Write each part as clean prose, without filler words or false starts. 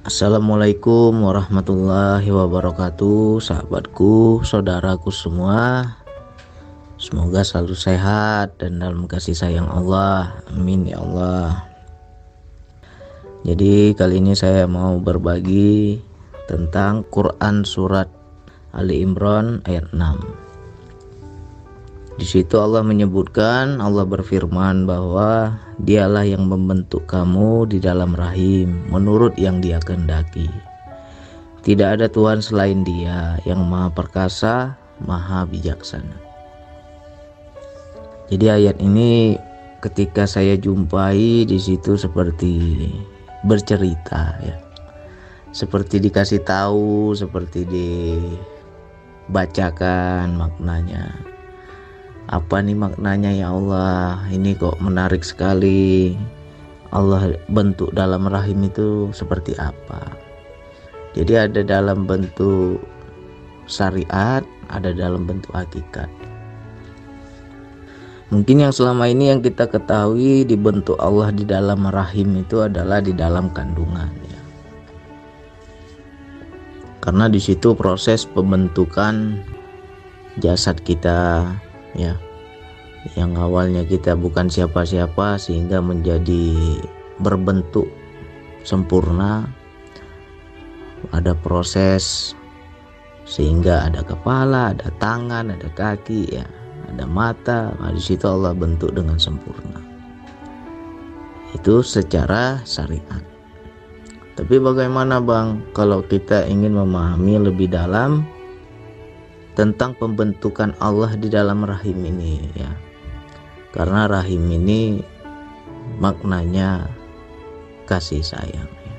Assalamualaikum warahmatullahi wabarakatuh, sahabatku, saudaraku semua. Semoga selalu sehat dan dalam kasih sayang Allah. Amin ya Allah. Jadi kali ini saya mau berbagi tentang Quran surat Ali Imran ayat 6. Di situ Allah menyebutkan, Allah berfirman bahwa Dialah yang membentuk kamu di dalam rahim menurut yang Dia kehendaki. Tidak ada Tuhan selain Dia yang Maha Perkasa, Maha Bijaksana. Jadi ayat ini ketika saya jumpai di situ seperti bercerita ya. Seperti dikasih tahu, seperti dibacakan maknanya. Apa nih maknanya ya Allah? Ini kok menarik sekali. Allah bentuk dalam rahim itu seperti apa? Jadi ada dalam bentuk syariat, ada dalam bentuk hakikat. Mungkin yang selama ini yang kita ketahui dibentuk Allah di dalam rahim itu adalah di dalam kandungan ya. Karena di situ proses pembentukan jasad kita ya, yang awalnya kita bukan siapa-siapa sehingga menjadi berbentuk sempurna. Ada proses sehingga ada kepala, ada tangan, ada kaki ya, ada mata. Nah, di situ Allah bentuk dengan sempurna. Itu secara syariat. Tapi bagaimana Bang kalau kita ingin memahami lebih dalam tentang pembentukan Allah di dalam rahim ini ya. Karena rahim ini maknanya kasih sayang ya.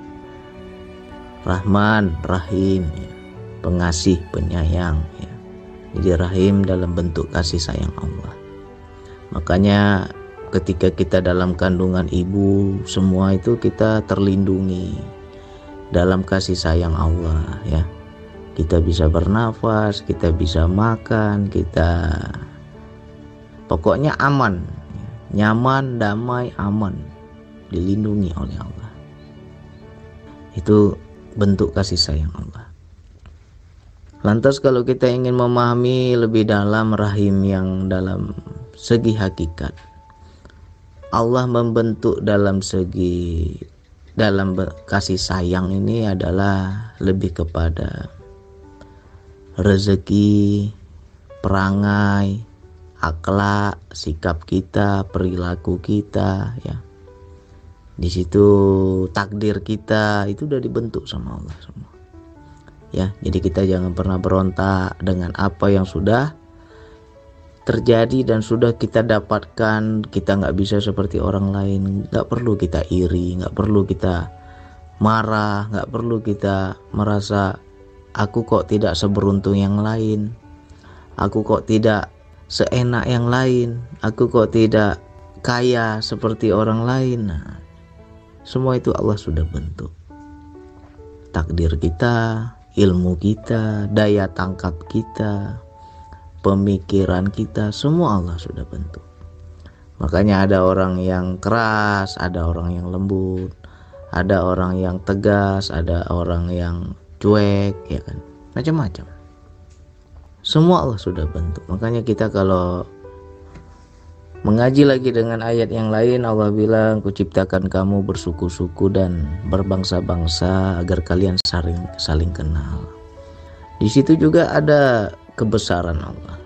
Rahman, Rahim ya. Pengasih, penyayang ya. Jadi rahim dalam bentuk kasih sayang Allah. Makanya ketika kita dalam kandungan ibu, semua itu kita terlindungi dalam kasih sayang Allah ya. Kita bisa bernafas, kita bisa makan, kita pokoknya aman, nyaman, damai, aman, dilindungi oleh Allah. Itu bentuk kasih sayang Allah. Lantas kalau kita ingin memahami lebih dalam rahim yang dalam segi hakikat, Allah membentuk dalam segi dalam kasih sayang ini adalah lebih kepada rezeki, perangai, akhlak, sikap kita, perilaku kita ya. Di situ takdir kita itu udah dibentuk sama Allah semua. Ya, jadi kita jangan pernah berontak dengan apa yang sudah terjadi dan sudah kita dapatkan. Kita nggak bisa seperti orang lain, nggak perlu kita iri, nggak perlu kita marah, nggak perlu kita merasa aku kok tidak seberuntung yang lain, aku kok tidak seenak yang lain, aku kok tidak kaya seperti orang lain. Nah, semua itu Allah sudah bentuk. Takdir kita, ilmu kita, daya tangkap kita, pemikiran kita, semua Allah sudah bentuk. Makanya ada orang yang keras, ada orang yang lembut, ada orang yang tegas, ada orang yang cuek ya kan, macam-macam. Semua Allah sudah bentuk. Makanya kita kalau mengaji lagi dengan ayat yang lain, Allah bilang, kuciptakan kamu bersuku-suku dan berbangsa-bangsa agar kalian saling kenal. Di situ juga ada kebesaran Allah.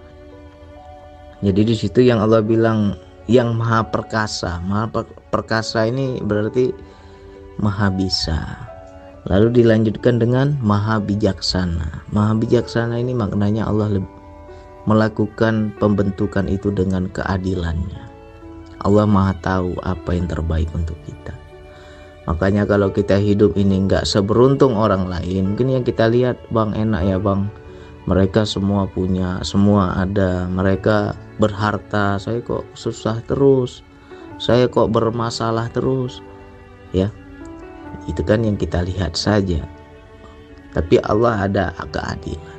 Jadi di situ yang Allah bilang yang maha perkasa. Maha perkasa ini berarti maha bisa. Lalu dilanjutkan dengan maha bijaksana. Maha bijaksana ini maknanya Allah melakukan pembentukan itu dengan keadilannya. Allah maha tahu apa yang terbaik untuk kita. Makanya kalau kita hidup ini nggak seberuntung orang lain, mungkin yang kita lihat, Bang, enak ya Bang, mereka semua punya, semua ada, mereka berharta, saya kok susah terus, saya kok bermasalah terus ya. Itu kan yang kita lihat saja. Tapi Allah ada keadilan.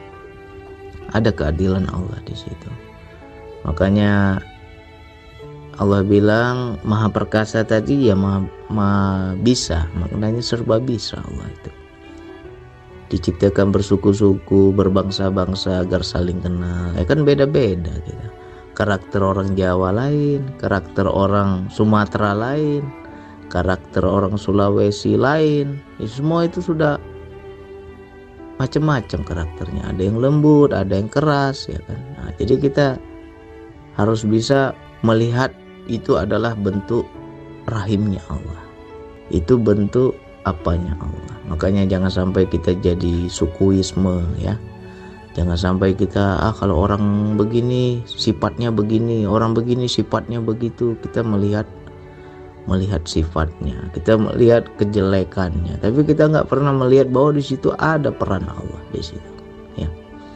Ada keadilan Allah di situ. Makanya Allah bilang maha perkasa tadi ya maha bisa, maknanya serba bisa Allah itu. Diciptakan bersuku-suku, berbangsa-bangsa agar saling kenal. Kan beda-beda gitu. Karakter orang Jawa lain, karakter orang Sumatera lain, karakter orang Sulawesi lain. Semua itu sudah macam-macam karakternya. Ada yang lembut, ada yang keras, ya kan. Nah, jadi kita harus bisa melihat itu adalah bentuk rahimnya Allah. Itu bentuk apanya Allah. Makanya jangan sampai kita jadi sukuisme ya. Jangan sampai kita kalau orang begini sifatnya begini, orang begini sifatnya begitu. Kita melihat sifatnya, kita melihat kejelekannya, tapi kita nggak pernah melihat bahwa di situ ada peran Allah di situ. Ya,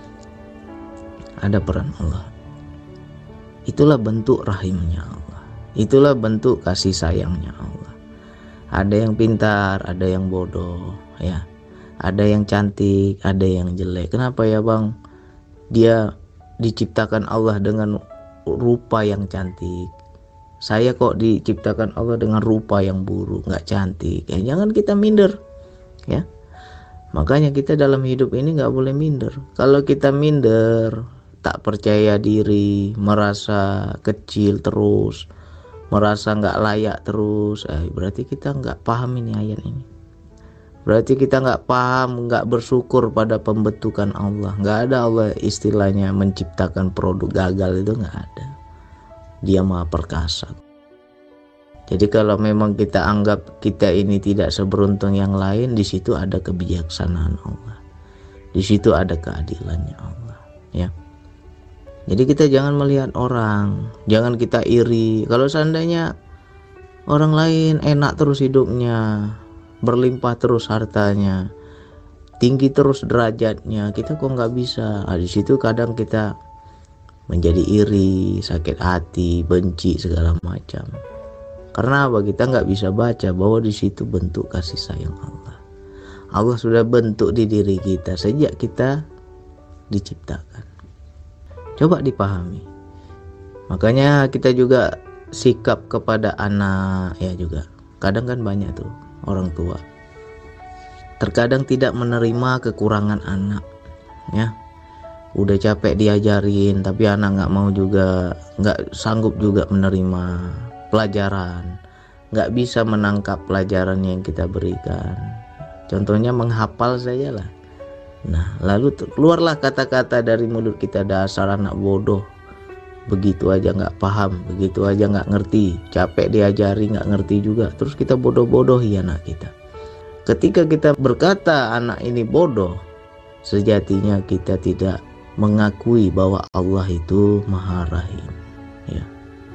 ada peran Allah. Itulah bentuk rahimnya Allah. Itulah bentuk kasih sayangnya Allah. Ada yang pintar, ada yang bodoh, ya. Ada yang cantik, ada yang jelek. Kenapa ya Bang? Dia diciptakan Allah dengan rupa yang cantik. Saya kok diciptakan Allah dengan rupa yang buruk, nggak cantik. Ya, jangan kita minder, ya. Makanya kita dalam hidup ini nggak boleh minder. Kalau kita minder, tak percaya diri, merasa kecil terus, merasa nggak layak terus, berarti kita nggak paham ini ayat ini. Berarti kita nggak paham, nggak bersyukur pada pembentukan Allah. Nggak ada Allah istilahnya menciptakan produk gagal, itu nggak ada. Dia maha perkasa. Jadi kalau memang kita anggap kita ini tidak seberuntung yang lain, di situ ada kebijaksanaan Allah. Di situ ada keadilannya Allah, ya. Jadi kita jangan melihat orang, jangan kita iri. Kalau seandainya orang lain enak terus hidupnya, berlimpah terus hartanya, tinggi terus derajatnya, kita kok nggak bisa. Di situ kadang kita menjadi iri, sakit hati, benci segala macam. Karena apa? Kita nggak bisa baca bahwa di situ bentuk kasih sayang Allah. Allah sudah bentuk di diri kita sejak kita diciptakan. Coba dipahami. Makanya kita juga sikap kepada anak ya juga. Kadang kan banyak tuh orang tua terkadang tidak menerima kekurangan anak, ya. Udah capek diajarin, tapi anak nggak mau juga, nggak sanggup juga menerima pelajaran, nggak bisa menangkap pelajaran yang kita berikan. Contohnya menghafal saja lah. Nah, lalu keluarlah kata-kata dari mulut kita, dasar anak bodoh, begitu aja nggak paham, begitu aja nggak ngerti, capek diajari nggak ngerti juga, terus kita bodoh-bodohi anak kita. Ketika kita berkata anak ini bodoh, sejatinya kita tidak mengakui bahwa Allah itu maha rahim, ya.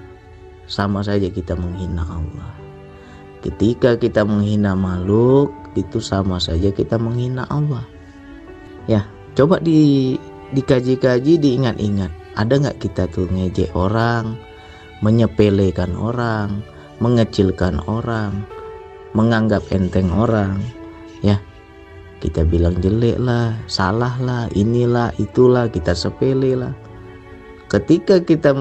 Sama saja kita menghina Allah. Ketika kita menghina makhluk, itu sama saja kita menghina Allah. Ya, coba dikaji-kaji, diingat-ingat. Ada nggak kita tuh ngejek orang, menyepelekan orang, mengecilkan orang, menganggap enteng orang, ya? Kita bilang jelek lah, salah lah, inilah, itulah, kita sepele lah. Ketika kita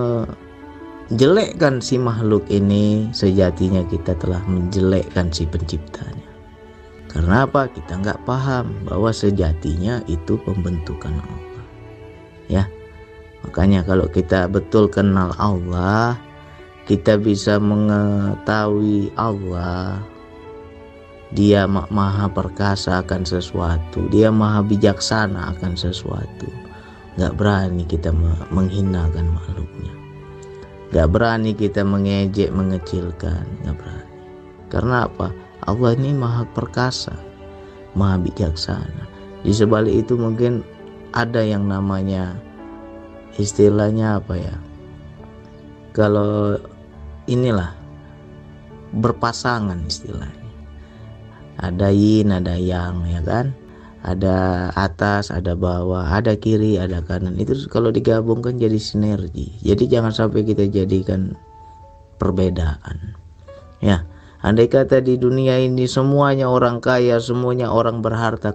menjelekkan si makhluk ini, sejatinya kita telah menjelekkan si penciptanya. Karena apa? Kita nggak paham bahwa sejatinya itu pembentukan Allah, ya. Makanya kalau kita betul kenal Allah, kita bisa mengetahui Allah. Dia maha perkasa akan sesuatu, dia maha bijaksana akan sesuatu. Nggak berani kita menghinakan makhluknya, nggak berani kita mengejek, mengecilkan, nggak berani. Karena apa? Allah ini maha perkasa, maha bijaksana. Di sebalik itu mungkin ada yang namanya, istilahnya apa ya, kalau inilah berpasangan istilahnya. Ada yin, ada yang, ya kan? Ada atas, ada bawah, ada kiri, ada kanan. Itu kalau digabungkan jadi sinergi. Jadi jangan sampai kita jadikan perbedaan. Ya, andai kata di dunia ini semuanya orang kaya, semuanya orang berharta,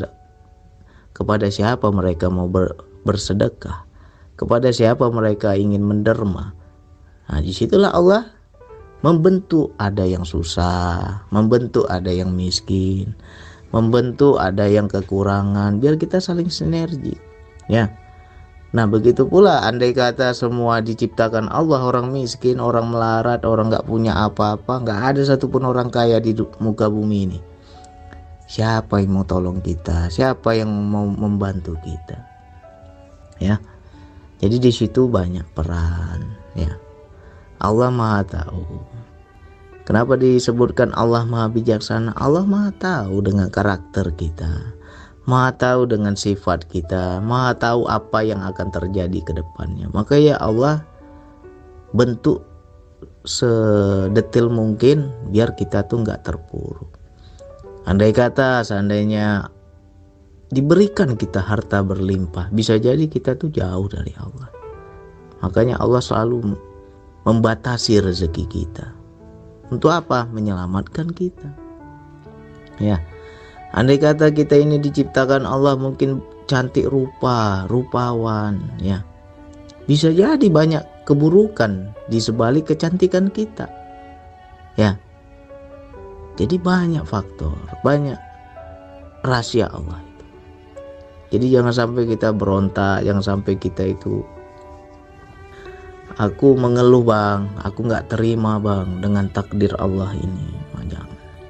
kepada siapa mereka mau bersedekah? Kepada siapa mereka ingin menderma? Nah, disitulah Allah membentuk, ada yang susah, membentuk ada yang miskin, membentuk ada yang kekurangan, biar kita saling sinergi, ya. Nah, begitu pula andai kata semua diciptakan Allah, orang miskin, orang melarat, orang nggak punya apa-apa, nggak ada satupun orang kaya di muka bumi ini. Siapa yang mau tolong kita? Siapa yang mau membantu kita? Ya. Jadi di situ banyak peran, ya. Allah Maha tahu. Kenapa disebutkan Allah Maha bijaksana? Allah Maha tahu dengan karakter kita, Maha tahu dengan sifat kita, Maha tahu apa yang akan terjadi ke depannya. Maka ya Allah bentuk sedetil mungkin biar kita tuh nggak terpuruk. Andai kata seandainya diberikan kita harta berlimpah, bisa jadi kita tuh jauh dari Allah. Makanya Allah selalu membatasi rezeki kita. Untuk apa? Menyelamatkan kita. Ya. Andai kata kita ini diciptakan Allah mungkin cantik rupawan, ya. Bisa jadi banyak keburukan di sebalik kecantikan kita. Ya. Jadi banyak faktor, banyak rahasia Allah itu. Jadi jangan sampai kita berontak, jangan sampai kita itu aku mengeluh bang, aku nggak terima bang dengan takdir Allah ini. Jangan.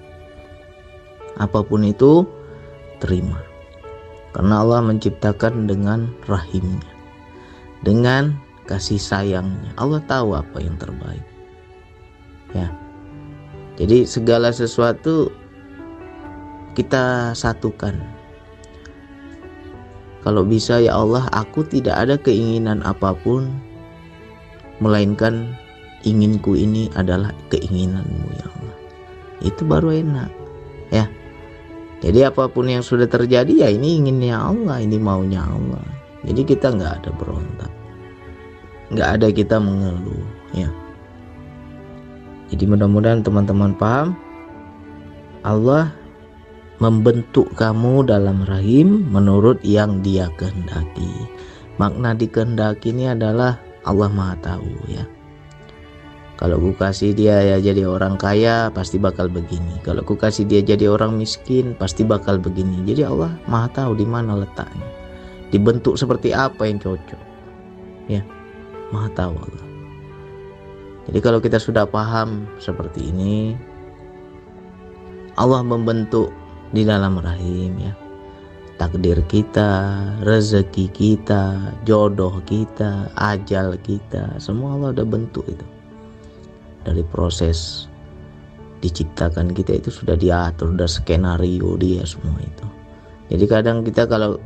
Apapun itu terima, karena Allah menciptakan dengan rahimnya, dengan kasih sayangnya. Allah tahu apa yang terbaik, ya. Jadi segala sesuatu kita satukan. Kalau bisa ya Allah, aku tidak ada keinginan apapun, melainkan inginku ini adalah keinginanmu ya Allah. Itu baru enak, ya. Jadi apapun yang sudah terjadi ya ini inginnya Allah, ini maunya Allah. Jadi kita nggak ada berontak, nggak ada kita mengeluh, ya. Jadi mudah-mudahan teman-teman paham. Allah membentuk kamu dalam rahim menurut yang Dia kehendaki. Makna dikehendaki ini adalah Allah Maha tahu, ya. Kalau ku kasih dia ya jadi orang kaya, pasti bakal begini. Kalau ku kasih dia jadi orang miskin, pasti bakal begini. Jadi Allah Maha tahu di mana letaknya, dibentuk seperti apa yang cocok, ya. Maha tahu Allah. Jadi kalau kita sudah paham seperti ini, Allah membentuk di dalam rahim, ya, takdir kita, rezeki kita, jodoh kita, ajal kita, semua Allah udah bentuk itu. Dari proses diciptakan kita itu sudah diatur, udah skenario dia semua itu. Jadi kadang kita kalau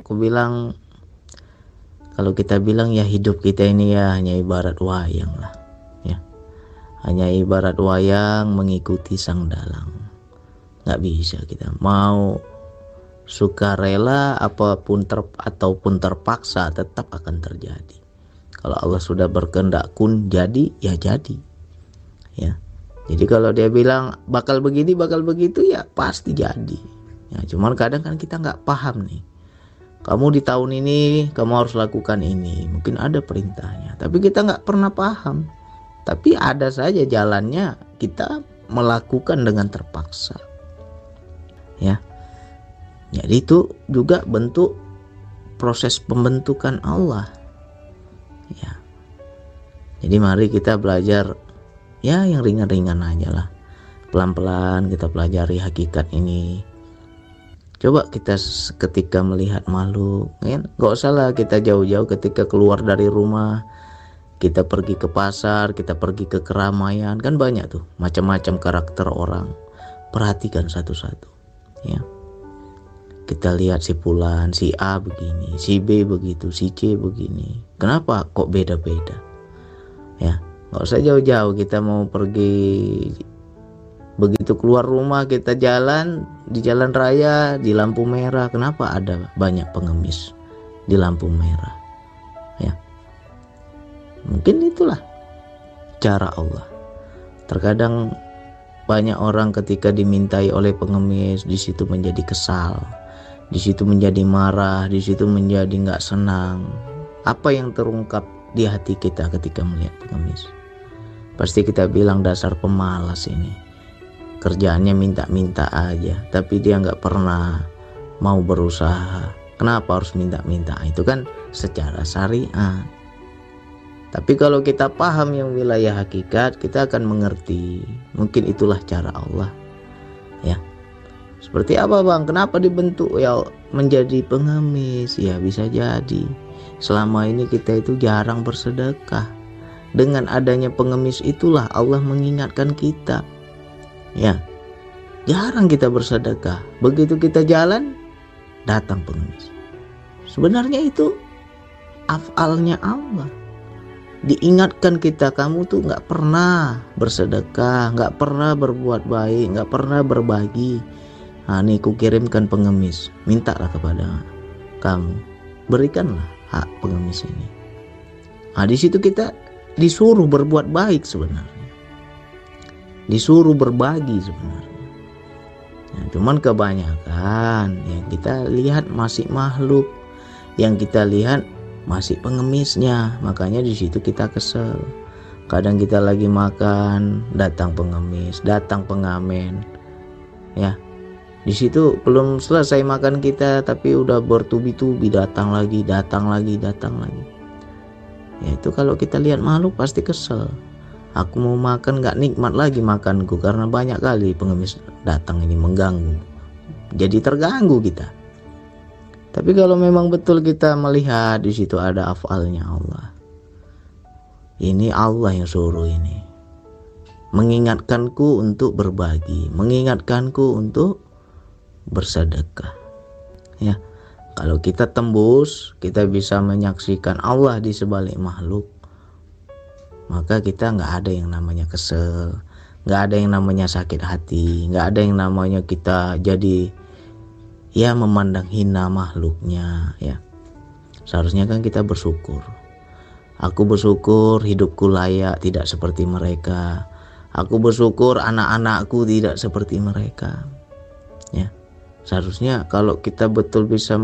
kita bilang ya hidup kita ini ya hanya ibarat wayang lah, ya. Hanya ibarat wayang mengikuti sang dalang. Nggak bisa kita mau sukarela ataupun terpaksa tetap akan terjadi. Kalau Allah sudah berkehendak kun jadi ya jadi, ya. Jadi kalau dia bilang bakal begini bakal begitu ya pasti jadi, ya. Cuman kadang kan kita nggak paham nih, kamu di tahun ini kamu harus lakukan ini, mungkin ada perintahnya tapi kita nggak pernah paham, tapi ada saja jalannya kita melakukan dengan terpaksa, ya. Jadi itu juga bentuk proses pembentukan Allah, ya. Jadi mari kita belajar ya yang ringan-ringan aja lah, pelan-pelan kita pelajari hakikat ini. Coba kita ketika melihat makhluk, kan nggak usah lah kita jauh-jauh, ketika keluar dari rumah, kita pergi ke pasar, kita pergi ke keramaian, kan banyak tuh macam-macam karakter orang. Perhatikan satu-satu, ya. Kita lihat si Fulan, si A begini, si B begitu, si C begini. Kenapa kok beda-beda? Ya, nggak usah jauh-jauh. Kita mau pergi, begitu keluar rumah kita jalan di jalan raya di lampu merah. Kenapa ada banyak pengemis di lampu merah? Ya, mungkin itulah cara Allah. Terkadang banyak orang ketika dimintai oleh pengemis, di situ menjadi kesal, di situ menjadi marah, di situ menjadi nggak senang. Apa yang terungkap di hati kita ketika melihat pengemis? Pasti kita bilang dasar pemalas ini, kerjaannya minta-minta aja, tapi dia nggak pernah mau berusaha. Kenapa harus minta-minta? Itu kan secara syariat. Tapi kalau kita paham yang wilayah hakikat, kita akan mengerti. Mungkin itulah cara Allah. Ya. Seperti apa bang? Kenapa dibentuk ya menjadi pengemis? Ya bisa jadi selama ini kita itu jarang bersedekah. Dengan adanya pengemis itulah Allah mengingatkan kita. Ya, jarang kita bersedekah. Begitu kita jalan, datang pengemis. Sebenarnya itu afalnya Allah. Diingatkan kita, kamu tuh nggak pernah bersedekah, nggak pernah berbuat baik, nggak pernah berbagi. Nah, nih kukirimkan pengemis, mintalah kepada kamu, berikanlah hak pengemis ini. Nah, di situ kita disuruh berbuat baik sebenarnya, disuruh berbagi sebenarnya. Nah, cuman kebanyakan yang kita lihat masih makhluk, yang kita lihat masih pengemisnya, makanya di situ kita kesel. Kadang kita lagi makan, datang pengemis, datang pengamen, ya. Di situ belum selesai makan kita, tapi udah bertubi-tubi datang lagi, datang lagi, datang lagi. Ya itu kalau kita lihat makhluk pasti kesel. Aku mau makan nggak nikmat lagi makanku karena banyak kali pengemis datang ini mengganggu. Jadi terganggu kita. Tapi kalau memang betul kita melihat di situ ada afalnya Allah. Ini Allah yang suruh ini. Mengingatkanku untuk berbagi, mengingatkanku untuk bersedekah. Ya. Kalau kita tembus, kita bisa menyaksikan Allah di sebalik makhluk. Maka kita nggak ada yang namanya kesel, nggak ada yang namanya sakit hati, nggak ada yang namanya kita jadi ya memandang hina makhluknya, ya. Seharusnya kan kita bersyukur. Aku bersyukur hidupku layak, tidak seperti mereka. Aku bersyukur anak-anakku tidak seperti mereka. Ya. Seharusnya kalau kita betul bisa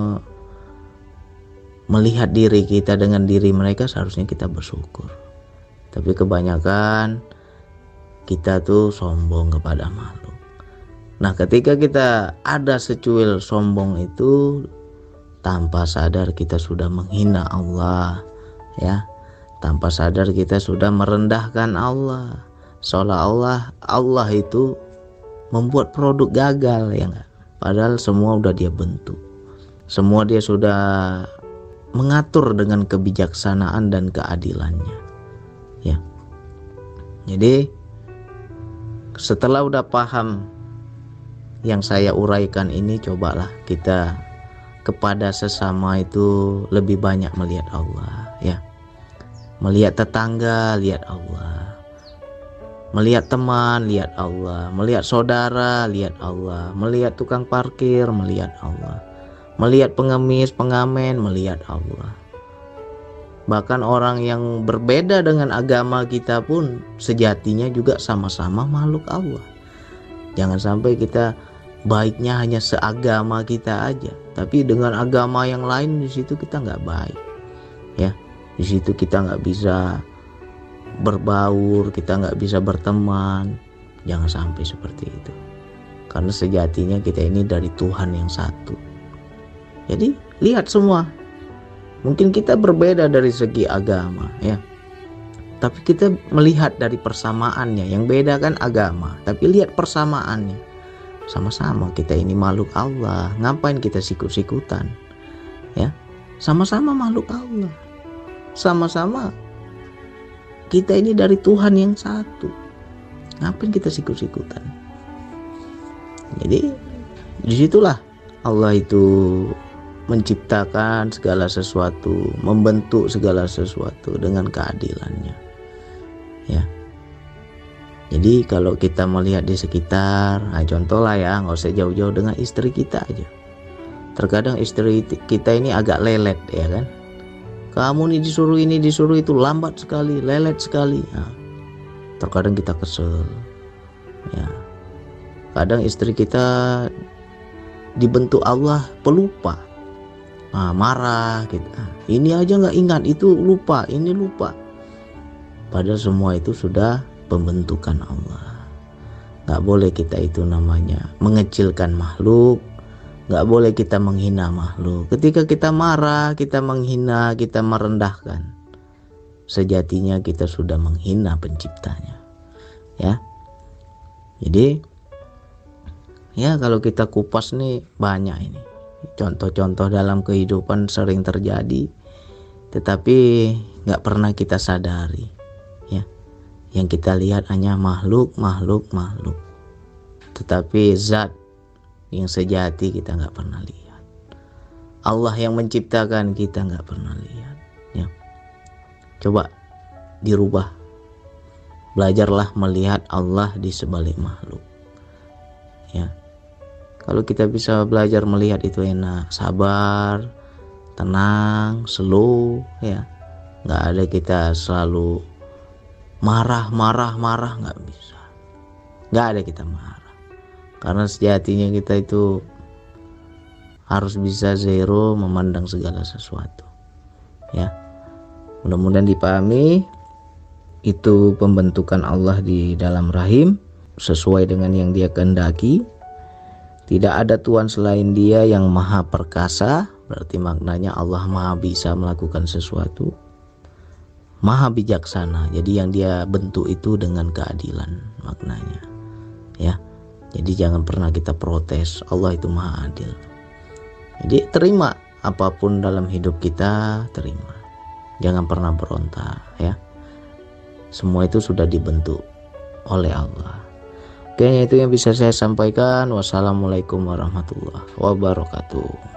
melihat diri kita dengan diri mereka, seharusnya kita bersyukur. Tapi kebanyakan kita tuh sombong kepada makhluk. Nah, ketika kita ada secuil sombong itu, tanpa sadar kita sudah menghina Allah, ya. Tanpa sadar kita sudah merendahkan Allah. Seolah-olah Allah itu membuat produk gagal, ya enggak? Padahal semua udah dia bentuk. Semua dia sudah mengatur dengan kebijaksanaan dan keadilannya. Ya. Jadi setelah udah paham yang saya uraikan ini, cobalah kita kepada sesama itu lebih banyak melihat Allah, ya. Melihat tetangga, lihat Allah. Melihat teman, lihat Allah. Melihat saudara, lihat Allah. Melihat tukang parkir, melihat Allah. Melihat pengemis, pengamen, melihat Allah. Bahkan orang yang berbeda dengan agama kita pun sejatinya juga sama-sama makhluk Allah. Jangan sampai kita baiknya hanya seagama kita aja, tapi dengan agama yang lain di situ kita nggak baik, ya. Di situ kita nggak bisa berbaur, kita nggak bisa berteman. Jangan sampai seperti itu, karena sejatinya kita ini dari Tuhan yang satu. Jadi lihat semua, mungkin kita berbeda dari segi agama, ya, tapi kita melihat dari persamaannya. Yang beda kan agama, tapi lihat persamaannya. Sama-sama kita ini makhluk Allah. Ngapain kita sikut-sikutan, ya? Sama-sama makhluk Allah. Sama-sama kita ini dari Tuhan yang satu. Ngapain kita sikut-sikutan? Jadi disitulah Allah itu menciptakan segala sesuatu, membentuk segala sesuatu dengan keadilannya, ya. Jadi kalau kita melihat di sekitar, nah contoh lah ya, nggak usah jauh-jauh, dengan istri kita aja. Terkadang istri kita ini agak lelet, ya kan. Kamu nih disuruh ini disuruh itu, lambat sekali, lelet sekali. Nah, terkadang kita kesel, ya. Kadang istri kita dibentuk Allah pelupa, nah, marah gitu. Nah, ini aja nggak ingat, itu lupa, ini lupa. Padahal semua itu sudah pembentukan Allah. Gak boleh kita itu namanya mengecilkan makhluk, gak boleh kita menghina makhluk. Ketika kita marah, kita menghina, kita merendahkan, sejatinya kita sudah menghina penciptanya. Ya, jadi ya kalau kita kupas nih banyak ini contoh-contoh dalam kehidupan sering terjadi, tetapi gak pernah kita sadari. Ya, yang kita lihat hanya makhluk, tetapi zat yang sejati kita nggak pernah lihat. Allah yang menciptakan kita nggak pernah lihat. Ya, coba dirubah, belajarlah melihat Allah di sebalik makhluk. Ya, kalau kita bisa belajar melihat itu enak, sabar, tenang, slow, ya, nggak ada kita selalu marah, nggak bisa, nggak ada kita marah, karena sejatinya kita itu harus bisa zero memandang segala sesuatu. Ya, mudah-mudahan dipahami itu pembentukan Allah di dalam rahim sesuai dengan yang Dia kehendaki. Tidak ada Tuhan selain Dia yang maha perkasa, berarti maknanya Allah maha bisa melakukan sesuatu, maha bijaksana. Jadi yang Dia bentuk itu dengan keadilan maknanya. Ya, jadi jangan pernah kita protes, Allah itu maha adil. Jadi terima apapun dalam hidup kita, terima, jangan pernah berontak. Ya, semua itu sudah dibentuk oleh Allah. Kayaknya itu yang bisa saya sampaikan. Wassalamualaikum warahmatullahi wabarakatuh.